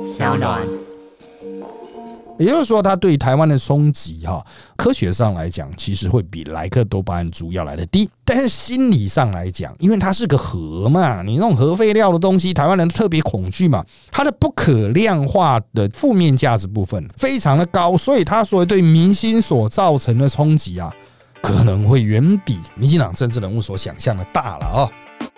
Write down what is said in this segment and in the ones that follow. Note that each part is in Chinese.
小暖。 也就是说，它对台湾的冲击科学上来讲，其实会比莱克多巴胺株要来的低。但是心理上来讲，因为它是个核嘛，你那种核废料的东西，台湾人特别恐惧嘛，它的不可量化的负面价值部分非常的高，所以它所谓对民心所造成的冲击可能会远比民进党政治人物所想象的大了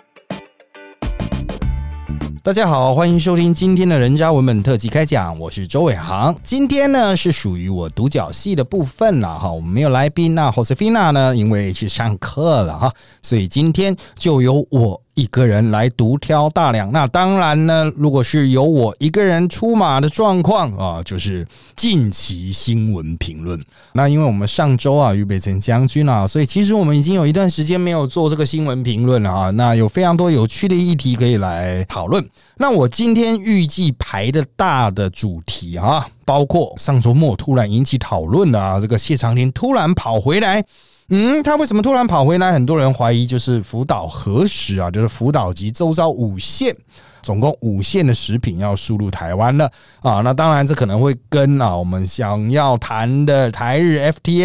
大家好，欢迎收听今天的人渣文本特辑开讲，我是周伟航。今天呢是属于我独角戏的部分了我们没有来宾Josefina 呢因为去上课了所以今天就由我一个人来独挑大梁。那当然呢，如果是由我一个人出马的状况就是近期新闻评论。那因为我们上周俞北辰将军所以其实我们已经有一段时间没有做这个新闻评论了那有非常多有趣的议题可以来讨论。那我今天预计排的大的主题包括上周末突然引起讨论的这个谢长廷突然跑回来。他为什么突然跑回来？很多人怀疑就是福岛核食就是福岛及周遭5县，总共5县的食品要输入台湾了那当然这可能会跟我们想要谈的台日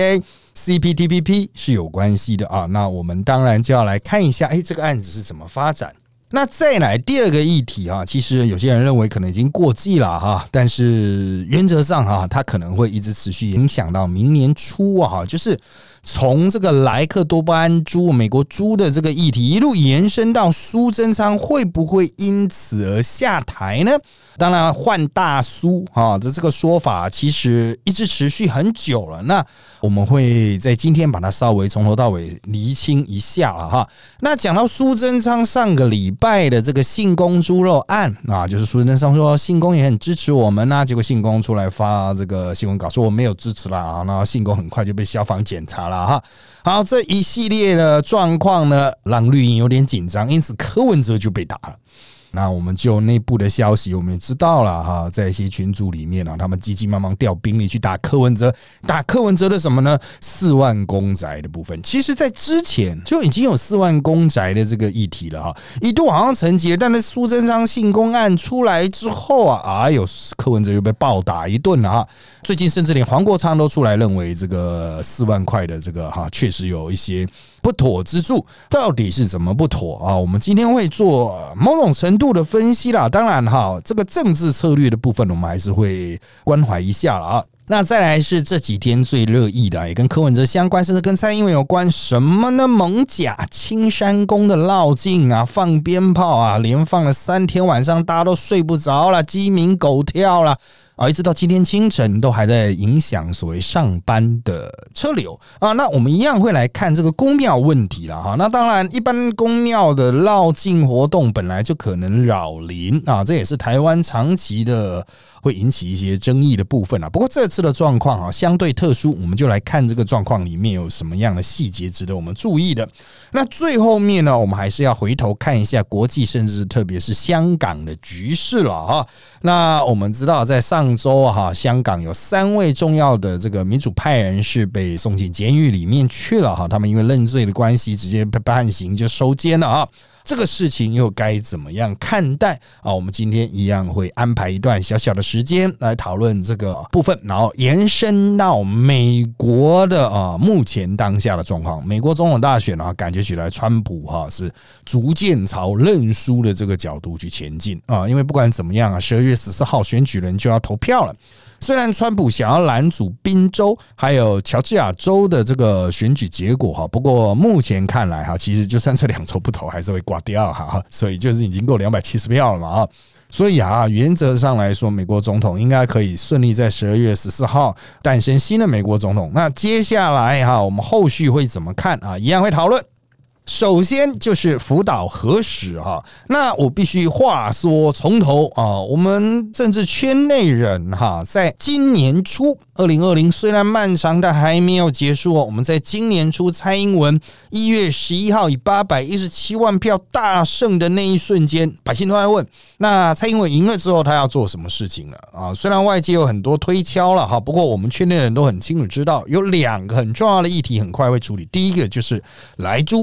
FTA、CPTPP 是有关系的那我们当然就要来看一下，这个案子是怎么发展。那再来第二个议题其实有些人认为可能已经过季了但是原则上它可能会一直持续影响到明年初就是从这个莱克多巴胺株美国猪的这个议题一路延伸到苏贞昌会不会因此而下台呢？当然换大苏这个说法其实一直持续很久了，那我们会在今天把它稍微从头到尾厘清一下了那讲到苏贞昌上个礼拜的这个信公猪肉案就是苏贞昌说信公也很支持我们结果信公出来发这个新闻稿说我没有支持啦那信公很快就被消防检查了好，这一系列的状况呢让绿营有点紧张，因此柯文哲就被打了。那我们就内部的消息我们也知道了在一些群组里面他们急急忙忙调兵力去打柯文哲。打柯文哲的什么呢？4万公宅的部分，其实在之前就已经有4万公宅的这个议题了一度好像沉寂了，但是苏贞昌信公案出来之后柯文哲又被暴打一顿了最近甚至连黄国昌都出来认为这个4万块的这个确实有一些不妥之处，到底是怎么不妥我们今天会做某种程度的分析啦。当然这个政治策略的部分我们还是会关怀一下了那再来是这几天最热议的也跟柯文哲相关，甚至跟蔡英文有关，什么呢？艋舺青山宫的绕境放鞭炮连放了3天晚上，大家都睡不着了，鸡鸣狗跳了一直到今天清晨都还在影响所谓上班的车流那我们一样会来看这个宫庙问题啦那当然一般宫庙的绕境活动本来就可能扰邻这也是台湾长期的会引起一些争议的部分不过这次的状况相对特殊，我们就来看这个状况里面有什么样的细节值得我们注意的。那最后面呢，我们还是要回头看一下国际甚至特别是香港的局势了那我们知道在上周香港有3位重要的这个民主派人士被送进监狱里面去了他们因为认罪的关系直接被判刑就收监了这个事情又该怎么样看待我们今天一样会安排一段小小的时间来讨论这个部分，然后延伸到美国的目前当下的状况。美国总统大选感觉起来川普是逐渐朝认输的这个角度去前进因为不管怎么样12月14号选举人就要投票了。虽然川普想要拦阻宾州还有乔治亚州的这个选举结果不过目前看来其实就算这2州不投还是会挂掉所以就是已经够270票了嘛所以原则上来说美国总统应该可以顺利在12月14号诞生新的美国总统。那接下来我们后续会怎么看一样会讨论。首先就是福岛核食那我必须话说从头我们政治圈内人在今年初2020虽然漫长但还没有结束我们在今年初蔡英文1月11号以817万票大胜的那一瞬间，百姓都在问那蔡英文赢了之后他要做什么事情了虽然外界有很多推敲了不过我们圈内人都很清楚知道有2个很重要的议题很快会处理。第一个就是莱猪。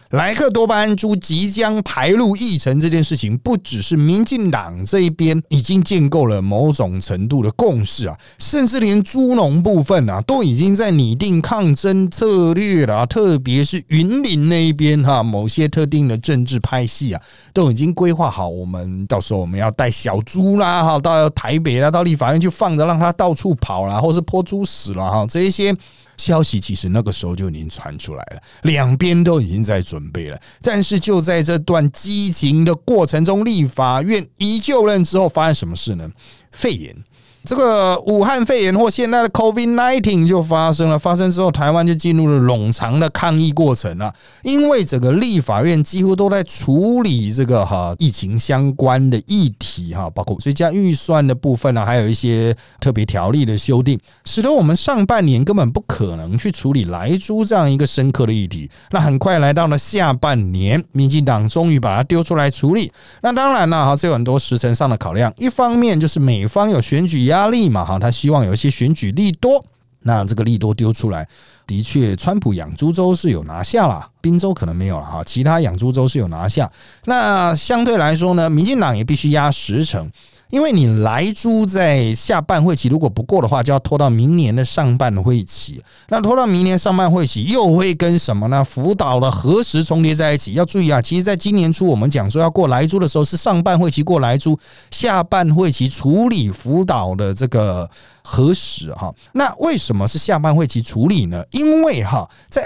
莱克多巴胺株即将排入议程这件事情，不只是民进党这一边已经建构了某种程度的共识啊，甚至连猪农部分啊都已经在拟定抗争策略了啊，特别是云林那一边哈，某些特定的政治派系啊，都已经规划好，我们到时候我们要带小猪啦哈，到台北啦，到立法院去放着，让它到处跑啦，或是泼猪屎啦哈，这一些消息其实那个时候就已经传出来了，两边都已经在准备了。但是就在这段激情的过程中，立法院一就任之后，发生什么事呢？肺炎。这个武汉肺炎或现在的 COVID-19 就发生了，发生之后，台湾就进入了冗长的抗疫过程了。因为整个立法院几乎都在处理这个疫情相关的议题包括追加预算的部分还有一些特别条例的修订，使得我们上半年根本不可能去处理莱猪这样一个深刻的议题。那很快来到了下半年，民进党终于把它丢出来处理。那当然了，这有很多时程上的考量，一方面就是美方有选举压力嘛，他希望有一些选举利多，那这个利多丢出来，的确川普养猪州是有拿下啦，宾州可能没有了，其他养猪州是有拿下。那相对来说呢，民进党也必须压10成，因为你莱猪在下半会期如果不过的话，就要拖到明年的上半会期。那拖到明年上半会期又会跟什么呢？福岛的核食重叠在一起。要注意啊，其实在今年初我们讲说要过莱猪的时候，是上半会期过莱猪，下半会期处理福岛的这个核食那为什么是下半会期处理呢？因为在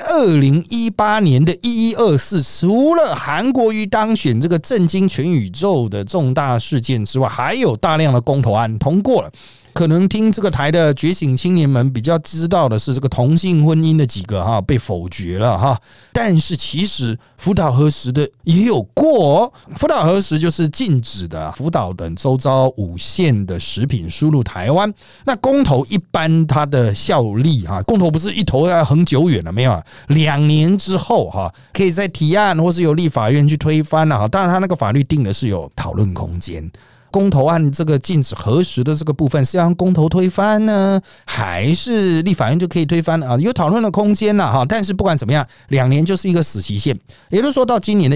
2018年的1124，除了韩国瑜当选这个震惊全宇宙的重大事件之外，还有大量的公投案通过了。可能听这个台的觉醒青年们比较知道的是，这个同性婚姻的几个被否决了但是其实福岛核食的也有过福岛核食就是禁止的福岛等周遭5县的食品输入台湾。那公投一般它的效力公投不是一投要很久远了，没有2年之后可以再提案或是由立法院去推翻当然它那个法律定的是有讨论空间。公投案这个禁止核食的这个部分是要让公投推翻呢，还是立法院就可以推翻有讨论的空间但是不管怎么样，2年就是一个死期限，也就是说到今年的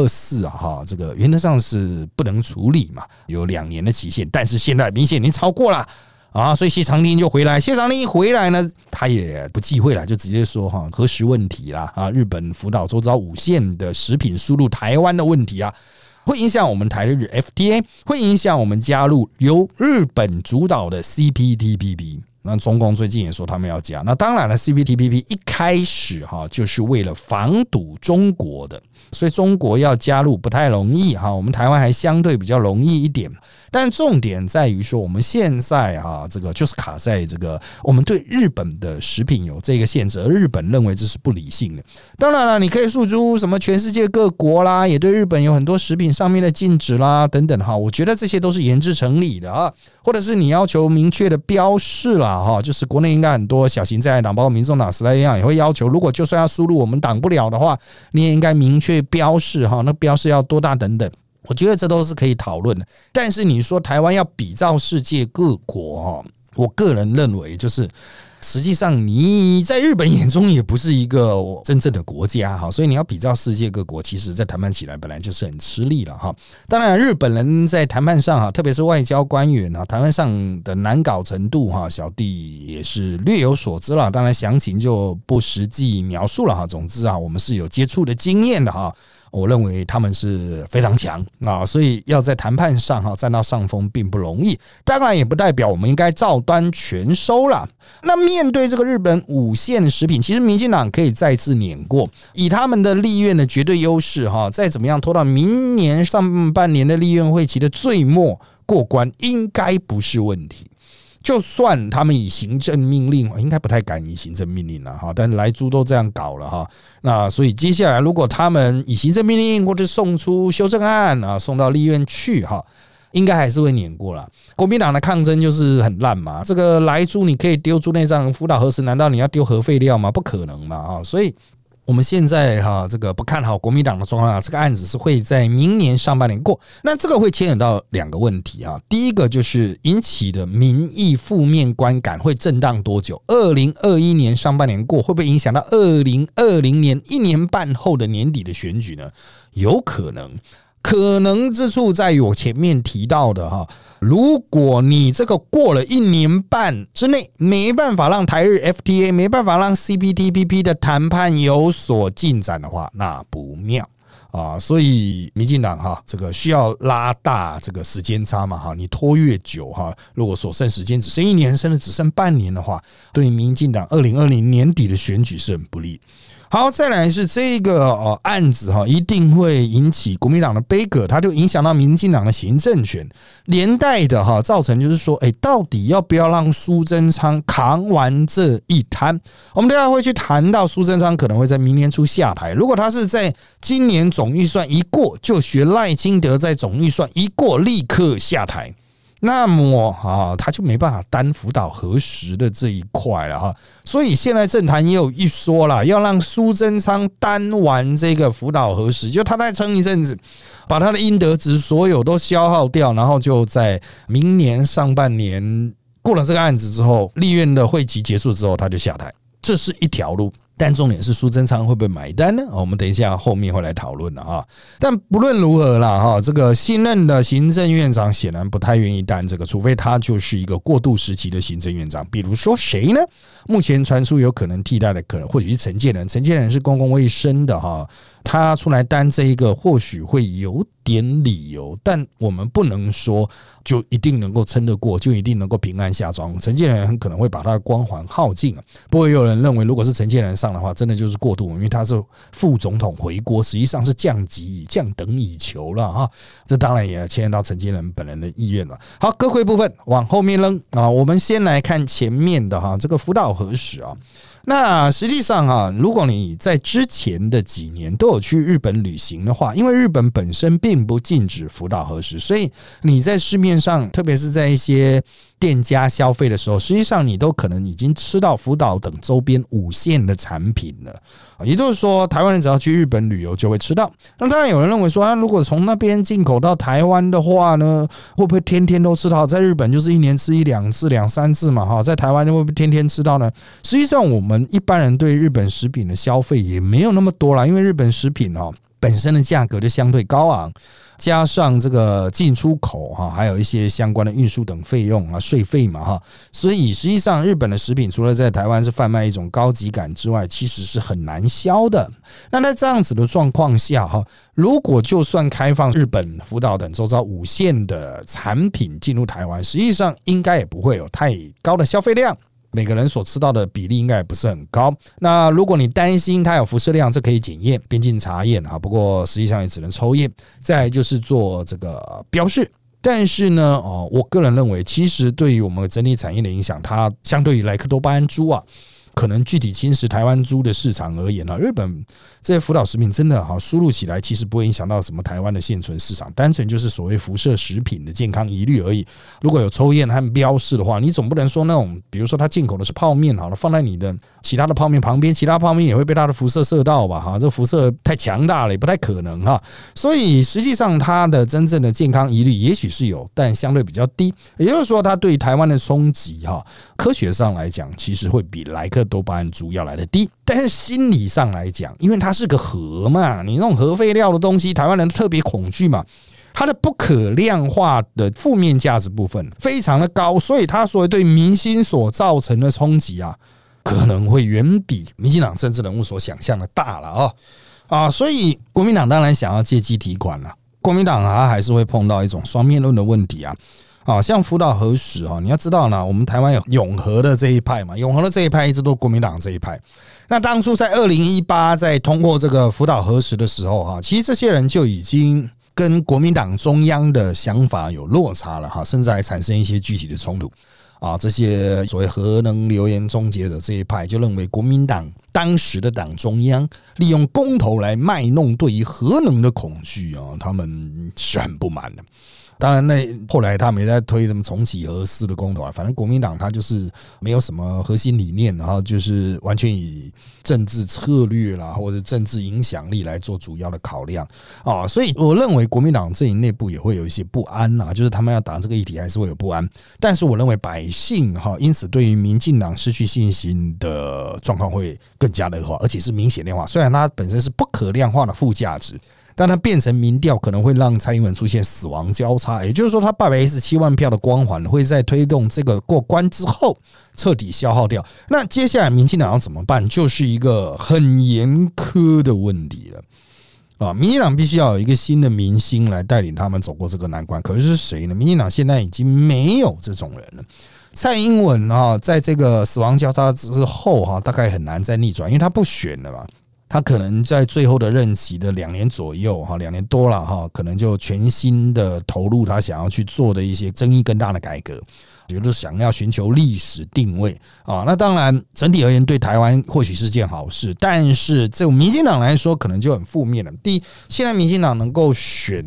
1124这个原则上是不能处理嘛，有2年的期限，但是现在明显已经超过了所以谢长廷就回来，谢长廷一回来呢，他也不忌讳了，就直接说核食问题啦日本福岛周遭5县的食品输入台湾的问题会影响我们台日 FTA， 会影响我们加入由日本主导的 CPTPP。那中共最近也说他们要加，那当然了 ，CPTPP 一开始就是为了防堵中国的，所以中国要加入不太容易我们台湾还相对比较容易一点。但重点在于说，我们现在这个就是卡在这个我们对日本的食品有这个限制，而日本认为这是不理性的。当然了，你可以诉诸什么全世界各国啦，也对日本有很多食品上面的禁止啦等等我觉得这些都是言之成理的或者是你要求明确的标示啦就是国内应该很多小型在野党包括民众党时代一样也会要求，如果就算要输入我们挡不了的话，你也应该明确标示那标示要多大等等。我觉得这都是可以讨论的，但是你说台湾要比照世界各国我个人认为就是实际上你在日本眼中也不是一个真正的国家所以你要比照世界各国，其实在谈判起来本来就是很吃力了当然日本人在谈判上特别是外交官员谈判上的难搞程度小弟也是略有所知了，当然详情就不实际描述了总之我们是有接触的经验的我认为他们是非常强所以要在谈判上占到上风并不容易，当然也不代表我们应该照单全收啦。那面对这个日本5县食品，其实民进党可以再次碾过，以他们的立院的绝对优势再怎么样拖到明年上半年的立院会期的最末过关，应该不是问题。就算他们以行政命令，应该不太敢以行政命令了但莱猪都这样搞了那所以接下来如果他们以行政命令或者送出修正案送到立院去应该还是会碾过了。国民党的抗争就是很烂嘛，这个莱猪你可以丢猪内脏，福岛核食难道你要丢核废料吗？不可能嘛所以我们现在这个不看好国民党的状况下，这个案子是会在明年上半年过。那这个会牵扯到2个问题啊。第一个就是引起的民意负面观感会震荡多久？2021年上半年过，会不会影响到2020年1年半后的年底的选举呢？有可能。可能之处在于我前面提到的如果你这个过了1年半之内没办法让台日 FTA 没办法让 CPTPP 的谈判有所进展的话，那不妙所以民进党这个需要拉大这个时间差嘛你拖越久如果所剩时间只剩1年甚至只剩半年的话，对民进党2020年底的选举是很不利。好，再来是这个案子一定会引起国民党的杯葛，它就影响到民进党的行政权，连带的造成就是说，到底要不要让苏贞昌扛完这一摊？我们等一下会去谈到苏贞昌可能会在明年初下台，如果他是在今年总预算一过，就学赖清德在总预算一过立刻下台。那么他就没办法担福岛核食的这一块了所以现在政坛也有一说啦，要让苏贞昌担完这个福岛核食，就他再撑一阵子，把他的应得值所有都消耗掉，然后就在明年上半年过了这个案子之后，立院的会期结束之后他就下台，这是一条路。但重点是苏贞昌会不会买单呢？我们等一下后面会来讨论的但不论如何啦这个新任的行政院长显然不太愿意担这个，除非他就是一个过渡时期的行政院长。比如说谁呢？目前传出有可能替代的可能或许是陈建仁，陈建仁是公共卫生的他出来担这一个或许会有点理由，但我们不能说就一定能够撑得过，就一定能够平安下庄。陈建仁很可能会把他的光环耗尽不过也有人认为，如果是陈建仁上的话，真的就是过渡，因为他是副总统回国，实际上是降级降等以求了这当然也牵扯到陈建仁本人的意愿了。好，各会部分往后面扔我们先来看前面的这个福岛核食那实际上如果你在之前的几年都有去日本旅行的话，因为日本本身并不禁止福岛核食，所以你在市面上，特别是在一些店家消费的时候，实际上你都可能已经吃到福岛等周边5县的产品了。也就是说，台湾人只要去日本旅游就会吃到。那当然有人认为说，如果从那边进口到台湾的话呢，会不会天天都吃到？在日本就是1年吃1-2次、2-3次嘛在台湾会不会天天吃到呢？实际上我们一般人对日本食品的消费也没有那么多啦，因为日本食品本身的价格就相对高昂，加上这个进出口还有一些相关的运输等费用税费嘛所以实际上日本的食品除了在台湾是贩卖一种高级感之外，其实是很难销的。那在这样子的状况下如果就算开放日本、福岛等周遭5县的产品进入台湾，实际上应该也不会有太高的消费量，每个人所吃到的比例应该也不是很高。那如果你担心它有辐射量，这可以检验，边境查验不过实际上也只能抽验。再来就是做这个标示。但是呢我个人认为，其实对于我们整体产业的影响，它相对于莱克多巴胺猪可能具体侵蚀台湾猪的市场而言日本这些福岛食品真的输入起来其实不会影响到什么台湾的现存市场，单纯就是所谓辐射食品的健康疑虑而已。如果有抽验和标示的话，你总不能说那种比如说它进口的是泡面放在你的其他的泡面旁边，其他泡面也会被它的辐射射到吧这辐射太强大了，也不太可能所以实际上它的真正的健康疑虑也许是有，但相对比较低。也就是说，它对台湾的冲击科学上来讲其实会比莱克多巴胺猪要来的低，但是心理上来讲，因为它是个核嘛，你那种核废料的东西，台湾人特别恐惧嘛，它的不可量化的负面价值部分非常的高，所以它所谓对民心所造成的冲击可能会远比民进党政治人物所想象的大了所以国民党当然想要借机提款了，国民党还是会碰到一种双面论的问题像福岛核食你要知道呢，我们台湾有永和的这一派嘛，永和的这一派一直都国民党这一派。那当初在2018在通过这个福岛核食的时候其实这些人就已经跟国民党中央的想法有落差了甚至还产生一些具体的冲突这些所谓核能流言终结者这一派就认为国民党当时的党中央利用公投来卖弄对于核能的恐惧他们是很不满的。 当然，那后来他们也在推什么重启核四的公投啊，反正国民党他就是没有什么核心理念，然后就是完全以政治策略啦或者政治影响力来做主要的考量啊，所以我认为国民党阵营内部也会有一些不安啦，就是他们要打这个议题还是会有不安，但是我认为百姓因此对于民进党失去信心的状况会更加恶化，而且是明显量化。虽然它本身是不可量化的负价值，但它变成民调可能会让蔡英文出现死亡交叉，也就是说他817万票的光环会在推动这个过关之后彻底消耗掉。那接下来民进党要怎么办，就是一个很严苛的问题了。民进党必须要有一个新的明星来带领他们走过这个难关，可是谁呢？民进党现在已经没有这种人了。蔡英文在这个死亡交叉之后大概很难再逆转，因为他不选了嘛。他可能在最后的任期的2年左右2年多了可能就全心的投入他想要去做的一些争议更大的改革，也就是想要寻求历史定位那当然整体而言对台湾或许是件好事，但是这种民进党来说可能就很负面了。第一，现在民进党能够选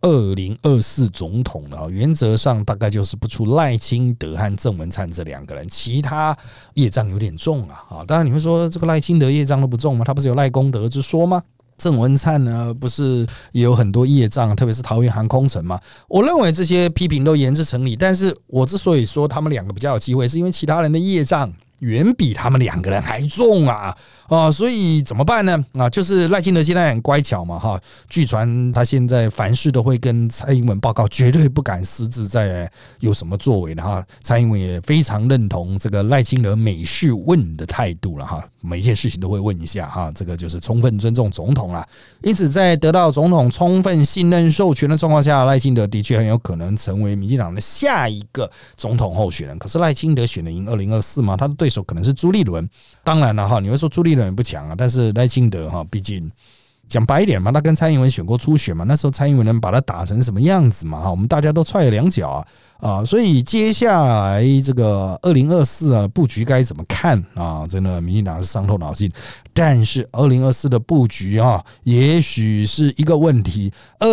2024总统的原则上大概就是不出赖清德和郑文灿这2个人，其他业障有点重当然你会说这个赖清德业障都不重吗？他不是有赖功德之说吗？郑文灿呢不是也有很多业障，特别是桃园航空城吗？我认为这些批评都言之成理，但是我之所以说他们2个比较有机会，是因为其他人的业障远比他们2个人还重所以怎么办呢？就是赖清德现在很乖巧嘛据传他现在凡事都会跟蔡英文报告，绝对不敢私自再有什么作为的蔡英文也非常认同这个赖清德每事问的态度了每件事情都会问一下这个就是充分尊重总统啦。因此在得到总统充分信任授权的状况下，赖清德的确很有可能成为民进党的下一个总统候选人。可是赖清德选得赢2024吗？他的对手可能是朱立伦。当然了你会说朱立伦也不强但是赖清德毕竟讲白一点嘛，他跟蔡英文选过初选嘛，那时候蔡英文能把他打成什么样子嘛我们大家都踹了2脚所以接下来这个2024布局该怎么看真的民进党是伤透脑筋。但是2024的布局也许是一个问题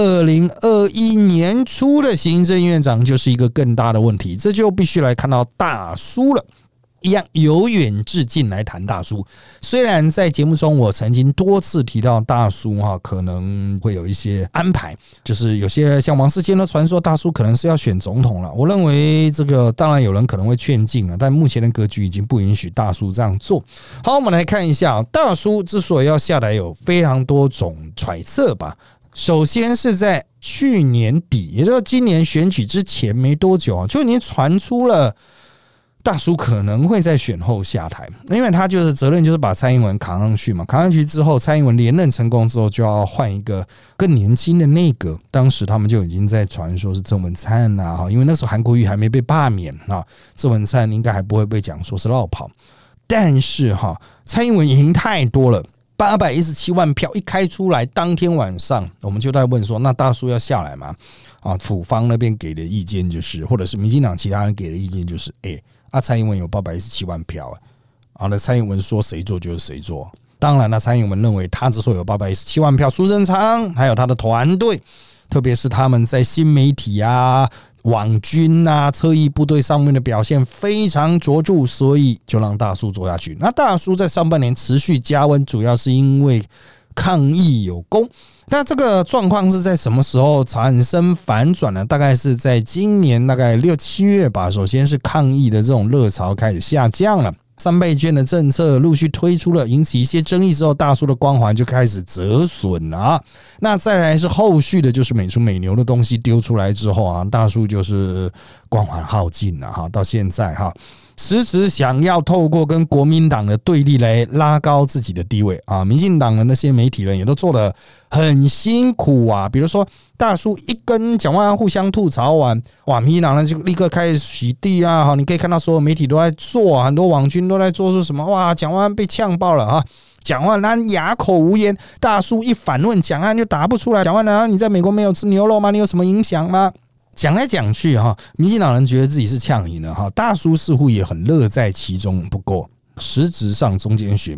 ，2021年初的行政院长就是一个更大的问题，这就必须来看到大叔了。一样由远至近来谈大叔，虽然在节目中我曾经多次提到大叔可能会有一些安排，就是有些像王世坚的传说大叔可能是要选总统了，我认为这个当然有人可能会劝进但目前的格局已经不允许大叔这样做。好，我们来看一下大叔之所以要下来有非常多种揣测吧。首先是在去年底，也就是今年选举之前没多久就已经传出了大叔可能会在选后下台，因为他就是责任就是把蔡英文扛上去嘛，扛上去之后蔡英文连任成功之后就要换一个更年轻的内阁，当时他们就已经在传说是郑文灿因为那时候韩国瑜还没被罢免郑文灿应该还不会被讲说是落跑。但是蔡英文赢太多了，817万票一开出来，当天晚上我们就在问说，那大叔要下来吗？府方那边给的意见就是，或者是民进党其他人给的意见就是，蔡英文有817万票那蔡英文说谁做就是谁做。当然了，蔡英文认为他之所以有817万票，苏贞昌还有他的团队，特别是他们在新媒体网军侧翼部队上面的表现非常卓著，所以就让大叔做下去。那大叔在上半年持续加温，主要是因为抗疫有功。那这个状况是在什么时候产生反转呢？大概是在今年大概6、7月吧。首先是抗疫的这种热潮开始下降了，3倍券的政策陆续推出了，引起一些争议之后，大叔的光环就开始折损了那再来是后续的，就是美猪美牛的东西丢出来之后大叔就是光环耗尽了到现在迟迟想要透过跟国民党的对立来拉高自己的地位民进党的那些媒体人也都做得很辛苦比如说大叔一跟蒋万安互相吐槽完，民进党人就立刻开始洗地你可以看到所有媒体都在做很多网军都在做出什么蒋万安被呛爆了蒋万安哑口无言，大叔一反问蒋万安就答不出来，蒋万安你在美国没有吃牛肉吗？你有什么影响吗？讲来讲去民进党人觉得自己是呛赢了大叔似乎也很乐在其中，不过实质上中间选民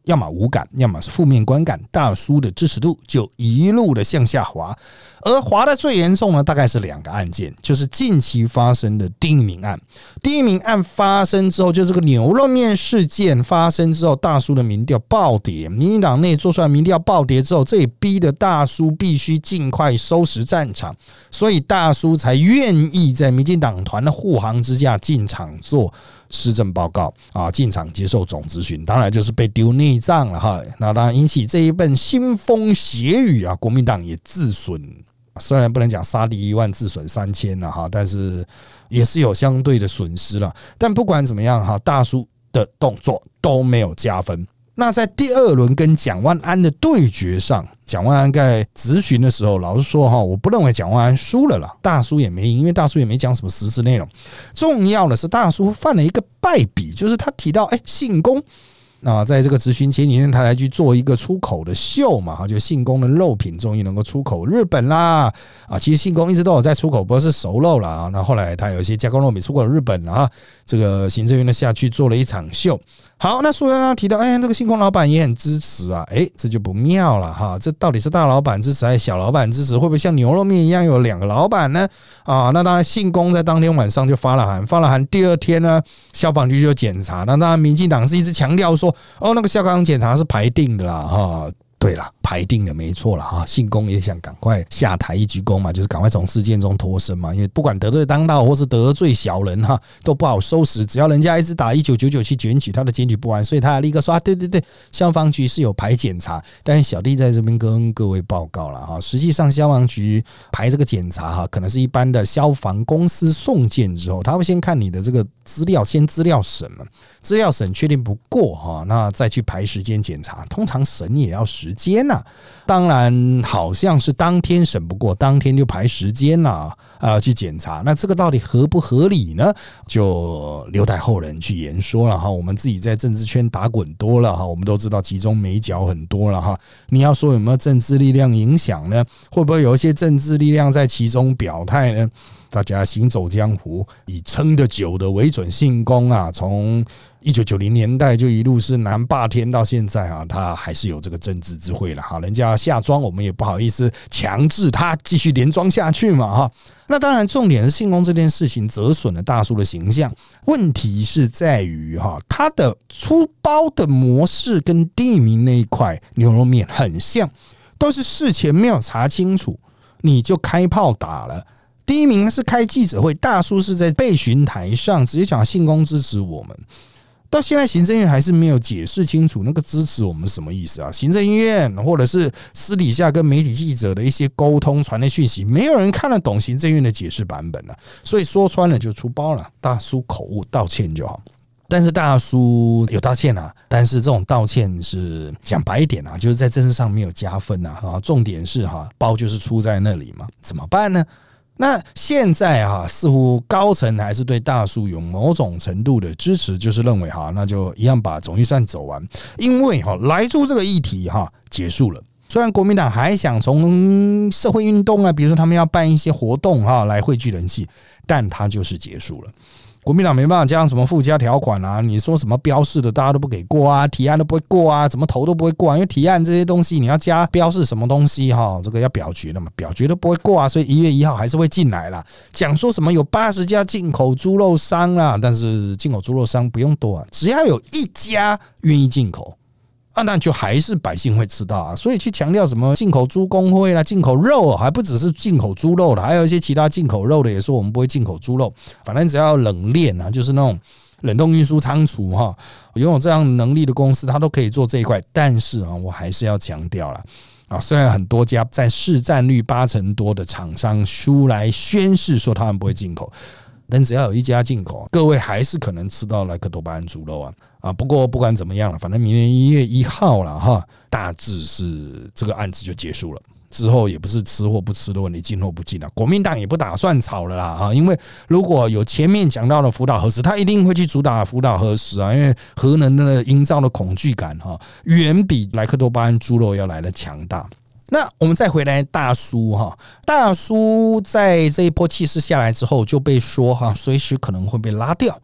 要么无感，要么是负面观感，大叔的支持度就一路的向下滑。而滑的最严重呢，大概是2个案件，就是近期发生的第一名案。第一名案发生之后，就这个牛肉面事件发生之后，大叔的民调暴跌，民进党内做出来民调暴跌之后，这也逼得大叔必须尽快收拾战场，所以大叔才愿意在民进党团的护航之下进场做施政报告啊，进场接受总咨询，当然就是被丢内脏了哈。那当然引起这一份腥风血雨啊，国民党也自损。虽然不能讲杀敌1万自损3000了哈，但是也是有相对的损失了。但不管怎么样哈，大叔的动作都没有加分。那在第2轮跟蒋万安的对决上，蒋万安在咨询的时候，老实说哈，我不认为蒋万安输了啦，大叔也没赢，因为大叔也没讲什么实质内容。重要的是大叔犯了一个败笔，就是他提到信公。在这个咨询前几天，他来去做一个出口的秀嘛，就信公的肉品终于能够出口日本啦其实信公一直都有在出口，不过是熟肉啦那后来他有一些加工肉品出口日本这个行政院的下去做了一场秀。好，那苏刚刚提到，这个信公老板也很支持这就不妙了哈。这到底是大老板支持还是小老板支持？会不会像牛肉面一样有2个老板呢？那当然，信公在当天晚上就发了函，第2天呢，消防局就检查。那当然，民进党是一直强调说，那个消防检查是排定的啦哈。对了，排定的没错了哈。信公也想赶快下台一鞠躬嘛，就是赶快从事件中脱身嘛。因为不管得罪当道或是得罪小人都不好收拾。只要人家一直打1999去检举，他的检举不完，所以他立刻说对，消防局是有排检查。但是小弟在这边跟各位报告了哈，实际上消防局排这个检查可能是一般的消防公司送件之后，他会先看你的这个资料，先资料审嘛，资料审确定不过那再去排时间检查。通常审也要时间当然好像是当天审不过，当天就排时间去检查。那这个到底合不合理呢？就留待后人去言说了我们自己在政治圈打滚多了我们都知道其中美角很多了你要说有没有政治力量影响呢？会不会有一些政治力量在其中表态呢？大家行走江湖，以撑得久的为准，信公从1990年代就一路是南霸天到现在他还是有这个政治智慧了人家下庄，我们也不好意思强制他继续连庄下去嘛那当然，重点是信公这件事情折损了大叔的形象。问题是在于他的出包的模式跟第一名那一块牛肉面很像，都是事前没有查清楚你就开炮打了。第一名是开记者会，大叔是在备询台上直接讲信公支持我们。到现在行政院还是没有解释清楚那个支持我们是什么意思行政院或者是私底下跟媒体记者的一些沟通传的讯息，没有人看得懂行政院的解释版本所以说穿了就出包了。大叔口误道歉就好。但是大叔有道歉但是这种道歉是讲白一点就是在政治上没有加分重点是包就是出在那里嘛，怎么办呢？那现在似乎高层还是对大叔有某种程度的支持，就是认为那就一样把总预算走完，因为莱猪这个议题结束了。虽然国民党还想从社会运动比如说他们要办一些活动来汇聚人气，但它就是结束了。国民党没办法加上什么附加条款你说什么标示的大家都不给过提案都不会过怎么投都不会过因为提案这些东西你要加标示什么东西这个要表决的嘛，表决都不会过所以1月1号还是会进来啦。讲说什么有80家进口猪肉商啦，但是进口猪肉商不用多只要有1家愿意进口那就还是百姓会吃到所以去强调什么进口猪工会啦，进口肉还不只是进口猪肉啦，还有一些其他进口肉的也说我们不会进口猪肉，反正只要冷链就是那种冷冻运输仓储拥有这样能力的公司它都可以做这一块。但是我还是要强调啦虽然很多家在市占率80%多的厂商出来宣示说他们不会进口，但只要有1家进口，各位还是可能吃到莱克多巴胺猪肉不过不管怎么样了，反正明年1月1号了大致是这个案子就结束了。之后也不是吃或不吃的问题，进或不进国民党也不打算吵了啦因为如果有前面讲到的福岛核食，他一定会去主打福岛核食因为核能的营造的恐惧感远比莱克多巴胺猪肉要来的强大。那我们再回来大叔大叔在这一波气势下来之后就被说随时可能会被拉掉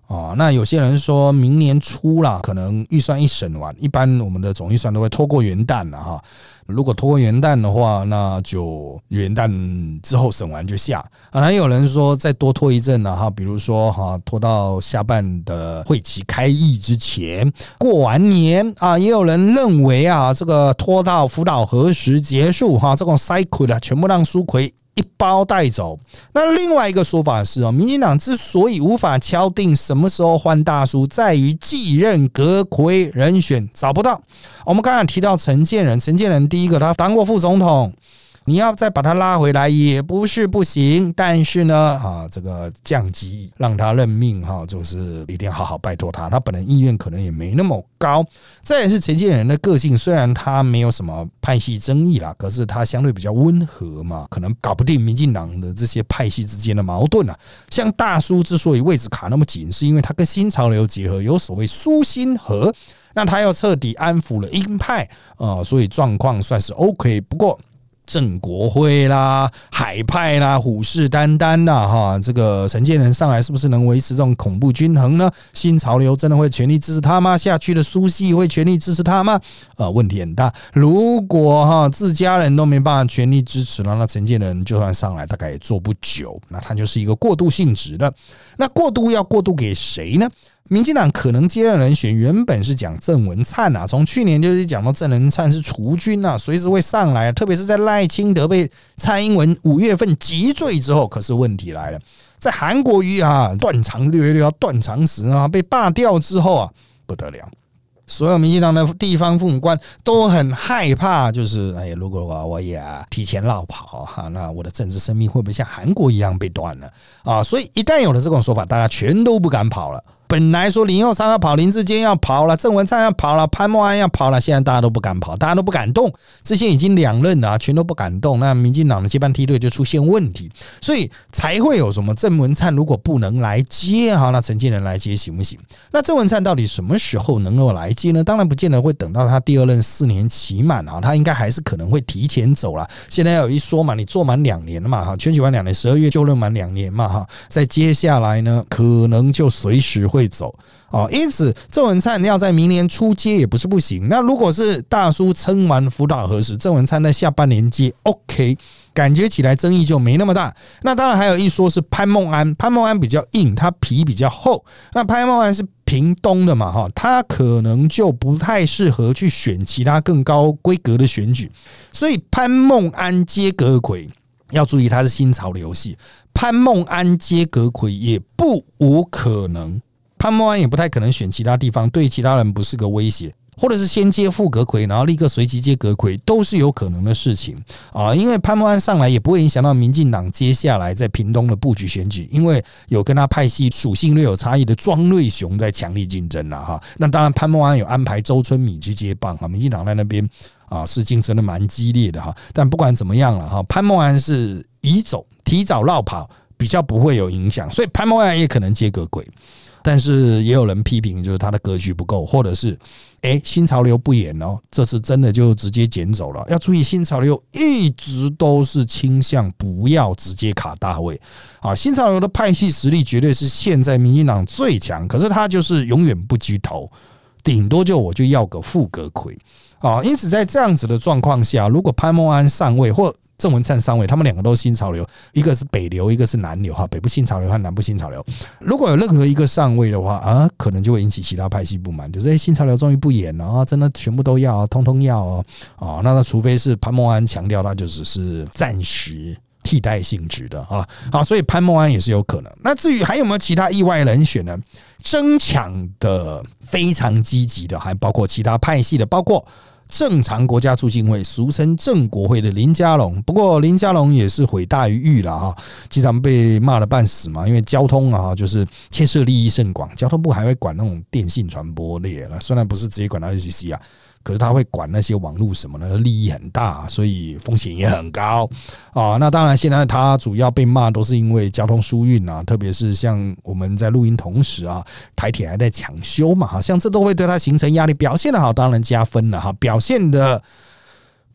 那有些人说明年初啦，可能预算一审完，一般我们的总预算都会拖过元旦了哈。如果拖过元旦的话，那就元旦之后审完就下。还有人说再多拖一阵哈，比如说拖到下半的会期开议之前，过完年啊。也有人认为啊，这个拖到福岛核食结束哈，这种 cycle 全部让苏揆一包带走。那另外一个说法是民进党之所以无法敲定什么时候换大叔，在于继任阁揆人选找不到。我们刚才提到陈建仁第一个他当过副总统，你要再把他拉回来也不是不行，但是呢这个降级让他任命就是一定要好好拜托他，他本人意愿可能也没那么高。再来是陈建仁的个性，虽然他没有什么派系争议啦，可是他相对比较温和嘛，可能搞不定民进党的这些派系之间的矛盾啊。像大叔之所以位置卡那么紧，是因为他跟新潮流结合，有所谓苏新合，那他要彻底安抚了鹰派所以状况算是 OK。不过郑国辉啦、海派啦、虎视眈眈啦这个陈建仁上来是不是能维持这种恐怖均衡呢？新潮流真的会全力支持他吗？下去的苏系会全力支持他吗？问题很大。如果自家人都没办法全力支持了，那陈建仁就算上来大概也做不久，那他就是一个过渡性质的。那过渡给谁呢？民进党可能接任人选原本是讲郑文灿从去年就是讲到郑文灿是储君随时会上来，特别是在赖清德被蔡英文5月份击坠之后，可是问题来了，在韩国瑜断肠6月6号断肠时被罢掉之后不得了。所有民进党的地方父母官都很害怕，就是如果我也提前落跑那我的政治生命会不会像韩国一样被断了所以一旦有了这种说法，大家全都不敢跑了。本来说林右昌要跑，林智坚要跑了，郑文灿要跑了，潘孟安要跑了，现在大家都不敢跑，大家都不敢动。之前已经2任了全都不敢动，那民进党的接班梯队就出现问题，所以才会有什么郑文灿如果不能来接那陈建仁来接行不行？那郑文灿到底什么时候能够来接呢？当然不见得会等到他第2任4年期满他应该还是可能会提前走了。现在有一说嘛，你做满2年了嘛选举完2年12月就任满2年嘛在接下来呢可能就随时会走因此郑文灿要在明年初接也不是不行。那如果是大叔撑完福岛核食，郑文灿在下半年接 OK， 感觉起来争议就没那么大。那当然还有一说是潘孟安比较硬，他皮比较厚。那潘孟安是屏东的嘛他可能就不太适合去选其他更高规格的选举，所以潘孟安接阁揆要注意，他是新潮流系，潘孟安接阁揆也不无可能。潘孟安也不太可能选其他地方，对其他人不是个威胁，或者是先接副阁揆，然后立刻随即接阁揆，都是有可能的事情因为潘孟安上来也不会影响到民进党接下来在屏东的布局选举，因为有跟他派系属性略有差异的庄瑞雄在强力竞争那当然潘孟安有安排周春米去接棒民进党在那边是竞争的蛮激烈的但不管怎么样了潘孟安是移走提早落跑比较不会有影响，所以潘孟安也可能接阁揆。但是也有人批评就是他的格局不够，或者是新潮流不演这次真的就直接捡走了。要注意新潮流一直都是倾向不要直接卡大位新潮流的派系实力绝对是现在民进党最强，可是他就是永远不居头，顶多我就要个副阁揆因此在这样子的状况下，如果潘孟安上位或郑文灿上位，他们2个都是新潮流，一个是北流，一个是南流北部新潮流和南部新潮流。如果有任何一个上位的话可能就会引起其他派系不满，就是新潮流终于不演了真的全部都要通通要那除非是潘孟安强调他就只是暂时替代性质的所以潘孟安也是有可能。那至于还有没有其他意外人选呢？争抢的非常积极的还包括其他派系的，包括正常国家促进会俗称正国会的林佳龙，不过林佳龙也是毁大于欲了经常被骂了半死嘛，因为交通就是牵涉利益甚广，交通部还会管那种电信传播类虽然不是直接管到 NCC可是他会管那些网络什么的，利益很大，所以风险也很高那当然现在他主要被骂都是因为交通疏运特别是像我们在录音同时台铁还在抢修嘛像这都会对他形成压力。表现的好当然加分了表现的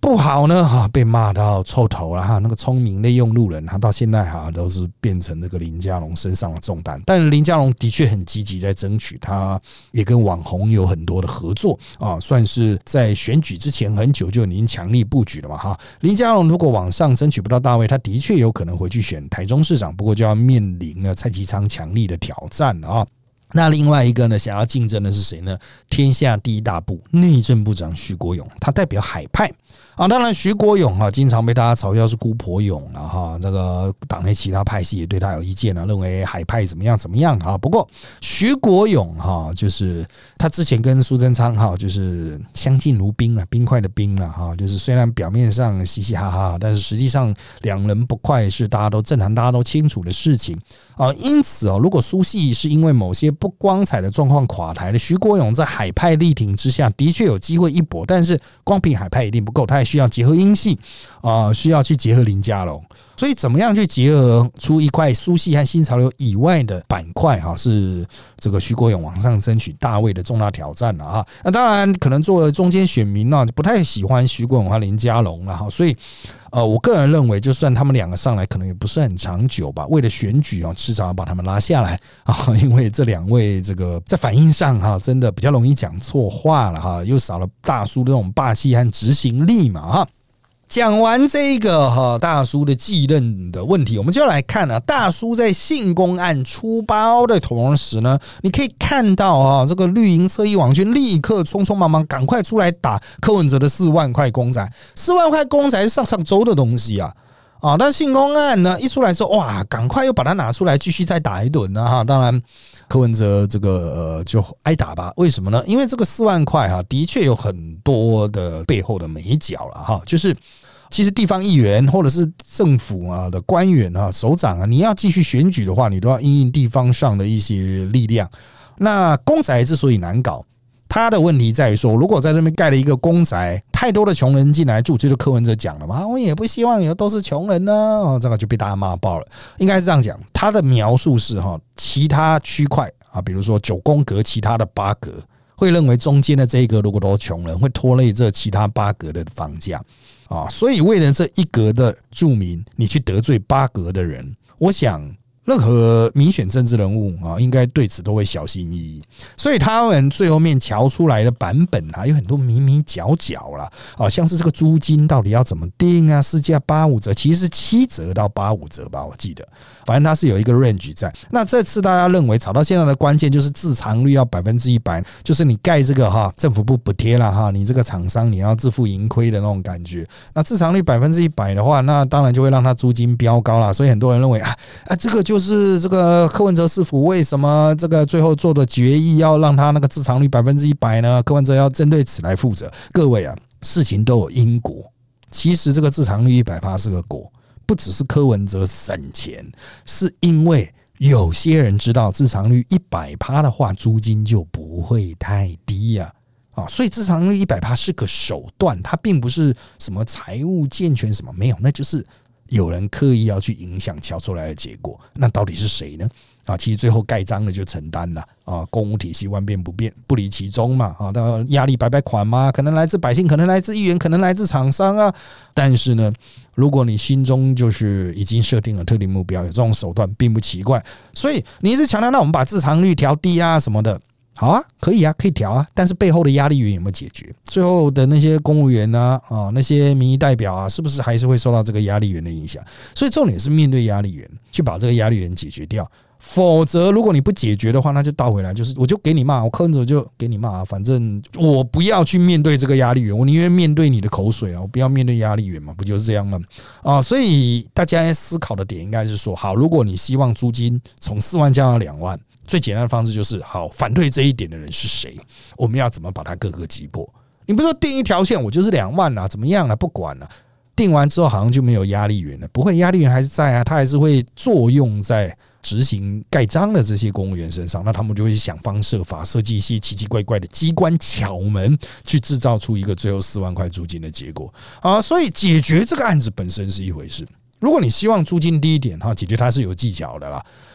不好呢被骂到臭头了那个聪明的用路人他到现在都是变成这个林佳龙身上的重担。但林佳龙的确很积极在争取，他也跟网红有很多的合作算是在选举之前很久就已经强力布局了嘛林佳龙如果往上争取不到大位，他的确有可能回去选台中市长，不过就要面临了蔡其昌强力的挑战那另外一个呢，想要竞争的是谁呢？天下第一大部内政部长徐国勇，他代表海派当然徐国勇经常被大家嘲笑是姑婆勇这个党内其他派系也对他有意见认为海派怎么样怎么样不过徐国勇就是他之前跟苏贞昌就是相敬如宾冰块的冰就是虽然表面上嘻嘻哈哈，但是实际上两人不快是大家都政坛大家都清楚的事情因此如果苏系是因为某些不光彩的状况垮台的，徐国勇在海派力挺之下的确有机会一搏，但是光凭海派一定不够，他还需要结合英系需要去结合林佳龙，所以怎么样去结合出一块苏系和新潮流以外的板块是这个徐国勇往上争取大位的重大挑战那当然可能作为中间选民不太喜欢徐国勇和林佳龙所以我个人认为就算他们两个上来可能也不是很长久吧，为了选举迟早要把他们拉下来因为这两位这个在反应上真的比较容易讲错话了又少了大叔这种霸气和执行力嘛讲完这个大叔的继任的问题，我们就来看大叔在信公案出包的同时呢，你可以看到这个绿营侧翼网军立刻匆匆忙忙赶快出来打柯文哲的4万块公仔，4万块公仔是上周的东西但信公案呢一出来之后，哇，赶快又把它拿出来继续再打一轮当然柯文哲这个就挨打吧，为什么呢？因为这个4万块的确有很多的背后的美角了就是其实地方议员或者是政府的官员首长你要继续选举的话，你都要因应地方上的一些力量。那公宅之所以难搞，他的问题在于说，如果在这边盖了一个公宅，太多的穷人进来住，就是柯文哲讲了嘛，我也不希望有都是穷人呢这个就被大家骂爆了。应该是这样讲，他的描述是其他区块比如说9宫格其他的8格会认为中间的这一格如果都是穷人，会拖累这其他8格的房价所以为了这一格的住民，你去得罪8格的人，我想任何民选政治人物应该对此都会小心翼翼，所以他们最后面瞧出来的版本有很多迷迷角角啦像是这个租金到底要怎么定市价85折，其实是7折到85折吧，我记得，反正它是有一个 range 在。那这次大家认为吵到现在的关键就是自偿率要100%，就是你盖这个政府不补贴啦你这个厂商你要自负盈亏的那种感觉。那自偿率100%的话，那当然就会让它租金飙高啦。所以很多人认为这个就是这个柯文哲市府为什么这个最后做的决议要让他那个自偿率100%呢？柯文哲要针对此来负责。各位事情都有因果，其实这个自偿率100%是个果，不只是柯文哲省钱，是因为有些人知道自偿率100%的话，租金就不会太低所以自偿率100%是个手段，它并不是什么财务健全什么，没有，那就是有人刻意要去影响敲出来的结果。那到底是谁呢？其实最后盖章的就承担了公务体系万变不变，不离其中嘛压力百款嘛，可能来自百姓，可能来自议员，可能来自厂商但是呢，如果你心中就是已经设定了特定目标，有这种手段并不奇怪。所以你一直强调那我们把自偿率调低什么的，好可以可以调但是背后的压力源有没有解决？最后的那些公务员那些民意代表是不是还是会受到这个压力源的影响？所以重点是面对压力源，去把这个压力源解决掉。否则如果你不解决的话，那就倒回来，就是我就给你骂，我柯文哲就给你骂反正我不要去面对这个压力源，我宁愿面对你的口水我不要面对压力源嘛，不就是这样吗？所以大家思考的点应该是说，好，如果你希望租金从4万降到2万，最简单的方式就是好，反对这一点的人是谁？我们要怎么把他各个击破？你不是说定一条线，我就是2万怎么样不管定完之后好像就没有压力源了，不会，压力源还是在它还是会作用在执行盖章的这些公务员身上，那他们就会想方设法设计一些奇奇怪怪的机关巧门，去制造出一个最后4万块租金的结果所以解决这个案子本身是一回事，如果你希望租金低一点解决它是有技巧的啦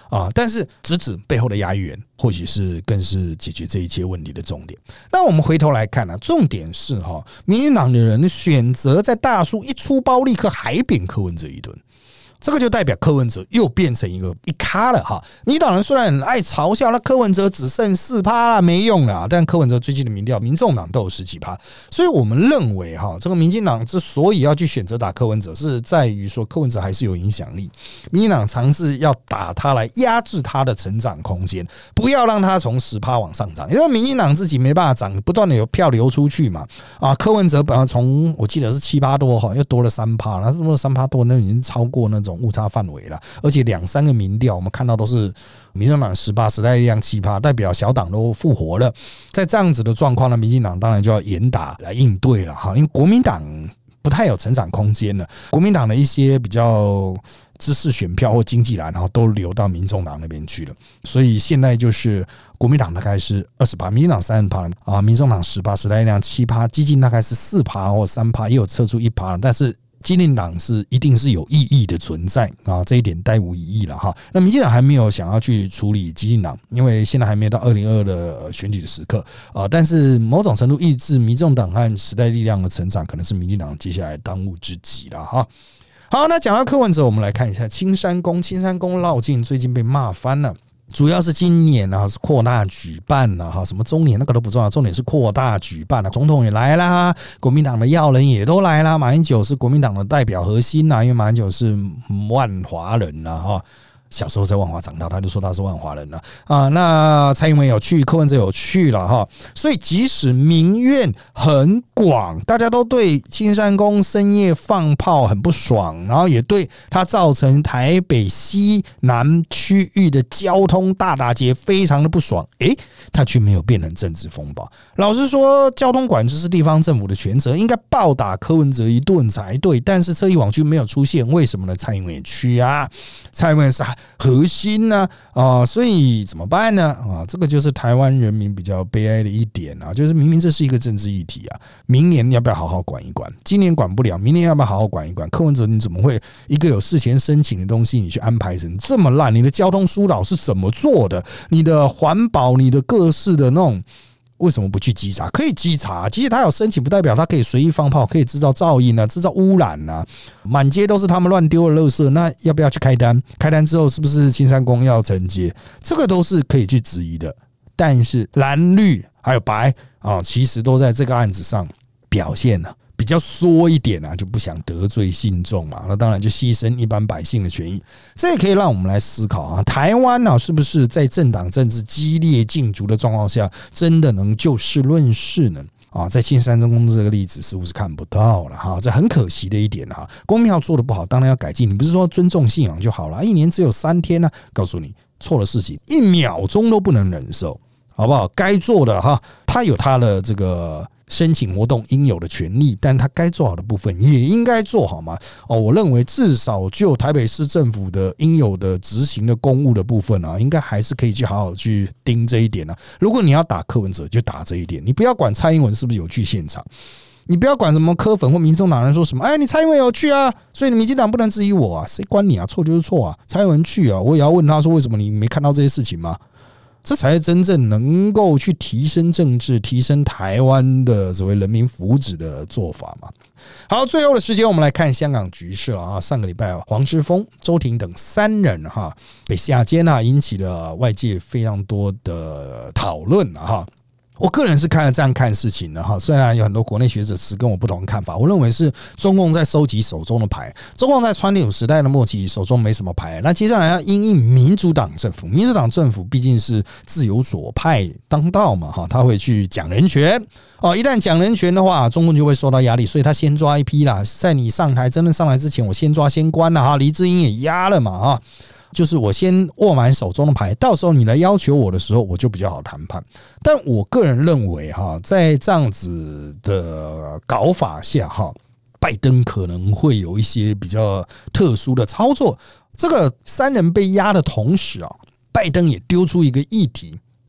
但是直指背后的压抑源，或许是更是解决这一切问题的重点。那我们回头来看重点是民进党的人选择在大叔一出包立刻海扁柯文哲一顿。这个就代表柯文哲又变成一咖了哈。民进党人虽然很爱嘲笑，那柯文哲只剩4%啦，没用啦。但柯文哲最近的民调，民众党都有10几%，所以我们认为这个民进党之所以要去选择打柯文哲，是在于说柯文哲还是有影响力。民进党尝试要打他来压制他的成长空间，不要让他从10%往上涨，因为民进党自己没办法涨，不断的有票流出去嘛。柯文哲本来从我记得是7%多又多了3%，那多了3%多，那已经超过那种误差范围了，而且2-3个民调我们看到都是民众党10%，时代力量7%，代表小党都复活了。在这样子的状况呢，民进党当然就要严打来应对了哈，因为国民党不太有成长空间了，国民党的一些比较知识选票或经济栏，然后都流到民众党那边去了，所以现在就是国民党大概是20%，民进党30%民众党10%，时代力量7%，基进大概是4%或3%，也有测出1%，但是基进党是一定是有意义的存在这一点殆无疑义了哈。那民进党还没有想要去处理基进党，因为现在还没有到2022的选举的时刻但是某种程度抑制民众党和时代力量的成长，可能是民进党接下来当务之急了哈。好，那讲到柯文哲，我们来看一下青山宫绕境最近被骂翻了。主要是今年是扩大举办了什么周年那个都不重要，重点是扩大举办了，总统也来啦，国民党的要人也都来啦，马英九是国民党的代表核心因为马英九是万华人小时候在万华长大，他就说他是万华人了那蔡英文有去，柯文哲有去了所以即使民怨很广，大家都对青山宫深夜放炮很不爽，然后也对他造成台北西南区域的交通大打劫非常的不爽，他却没有变成政治风暴。老实说，交通管制是地方政府的权责，应该暴打柯文哲一顿才对，但是侧翼网军没有出现，为什么呢？蔡英文也去蔡英文是核心呢所以怎么办呢这个就是台湾人民比较悲哀的一点就是明明这是一个政治议题明年要不要好好管一管？今年管不了，明年要不要好好管一管？柯文哲你怎么会一个有事前申请的东西，你去安排成这么烂？你的交通疏导是怎么做的？你的环保，你的各式的那种。为什么不去稽查？可以稽查，其实他有申请，不代表他可以随意放炮，可以制造噪音制造污染满街都是他们乱丢的垃圾，那要不要去开单？开单之后是不是青山宫要承接？这个都是可以去质疑的。但是蓝绿还有白其实都在这个案子上表现比较缩一点就不想得罪信众嘛，那当然就牺牲一般百姓的权益。这也可以让我们来思考台湾是不是在政党政治激烈竞逐的状况下，真的能就事论事呢？在青山宫这个例子似乎是看不到了这很可惜的一点公民票做得不好，当然要改进。你不是说尊重信仰就好了？一年只有3天告诉你错的事情1秒钟都不能忍受，好不好？该做的他有他的这个申请活动应有的权利，但他该做好的部分也应该做好嘛。我认为至少就台北市政府的应有的执行的公务的部分应该还是可以去好好去盯这一点如果你要打柯文哲，就打这一点，你不要管蔡英文是不是有去现场，你不要管什么柯粉或民众党人说什么，你蔡英文有去所以你民进党不能质疑我谁管你错就是错蔡英文去我也要问他说为什么你没看到这些事情吗？这才是真正能够去提升政治、提升台湾的所谓人民福祉的做法嘛。好，最后的时间我们来看香港局势了上个礼拜黄之锋、周庭等3人被下监引起了外界非常多的讨论我个人是这样看事情的虽然有很多国内学者持跟我不同的看法，我认为是中共在收集手中的牌，中共在川普时代的末期手中没什么牌，那接下来要因应民主党政府，民主党政府毕竟是自由左派当道嘛他会去讲人权一旦讲人权的话，中共就会受到压力，所以他先抓一批啦，在你上台真正上来之前，我先抓先关了黎智英也压了嘛就是我先握满手中的牌，到时候你来要求我的时候，我就比较好谈判。但我个人认为在这样子的搞法下拜登可能会有一些比较特殊的操作。这个3人被压的同时拜登也丢出一个议题，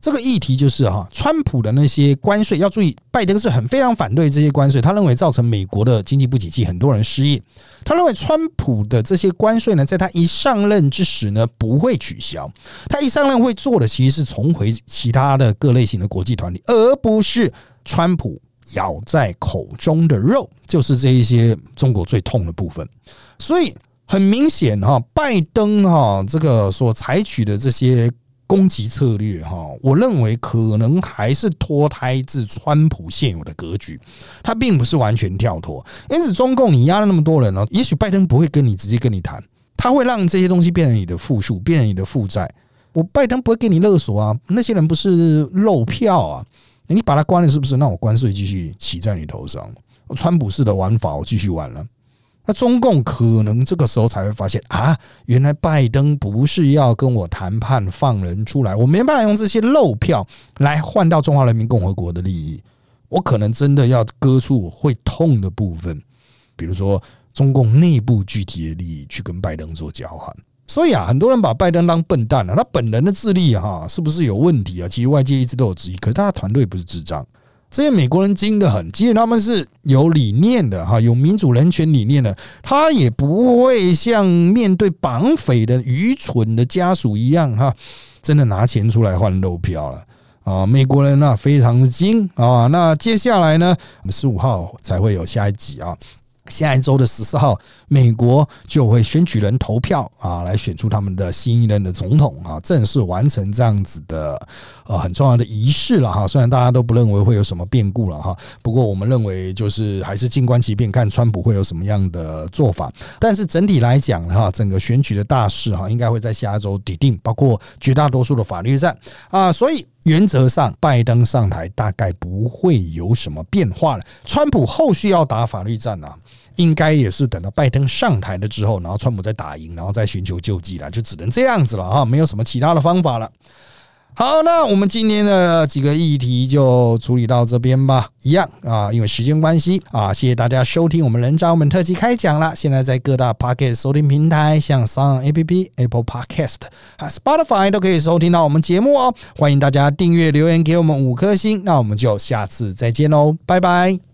这个议题就是川普的那些关税，要注意，拜登是非常反对这些关税，他认为造成美国的经济不景气，很多人失业。他认为川普的这些关税呢，在他一上任之时呢，不会取消。他一上任会做的其实是重回其他的各类型的国际团体，而不是川普咬在口中的肉，就是这一些中国最痛的部分。所以很明显拜登这个所采取的这些攻击策略我认为可能还是脱胎自川普现有的格局，他并不是完全跳脱。因此中共你压了那么多人也许拜登不会直接跟你谈，他会让这些东西变成你的负数，变成你的负债。我拜登不会给你勒索啊，那些人不是肉票啊，你把他关了是不是？那我关税继续骑在你头上，川普式的玩法我继续玩了。那中共可能这个时候才会发现原来拜登不是要跟我谈判放人出来，我没办法用这些肉票来换到中华人民共和国的利益，我可能真的要割出会痛的部分，比如说中共内部具体的利益去跟拜登做交换。所以很多人把拜登当笨蛋他本人的智力是不是有问题其实外界一直都有质疑，可是他的团队不是智障。这些美国人精得很，即使他们是有理念的有民主人权理念的，他也不会像面对绑匪的愚蠢的家属一样真的拿钱出来换肉票了美国人非常的精那接下来呢，我们15号才会有下一集下一周的14号，美国就会选举人投票来选出他们的新一任的总统正式完成这样子的很重要的仪式了虽然大家都不认为会有什么变故了不过我们认为就是还是静观其变，看川普会有什么样的做法。但是整体来讲整个选举的大势应该会在下一周底定，包括绝大多数的法律战所以原则上拜登上台大概不会有什么变化了。川普后续要打法律战应该也是等到拜登上台了之后，然后川普再打赢，然后再寻求救济了，就只能这样子了没有什么其他的方法了。好，那我们今天的几个议题就处理到这边吧。一样因为时间关系谢谢大家收听我们人渣我们特辑开讲啦。现在在各大 Podcast 收听平台，像 SoundApp、Apple Podcast 和 Spotify 都可以收听到我们节目欢迎大家订阅留言给我们5颗星，那我们就下次再见喽，拜拜。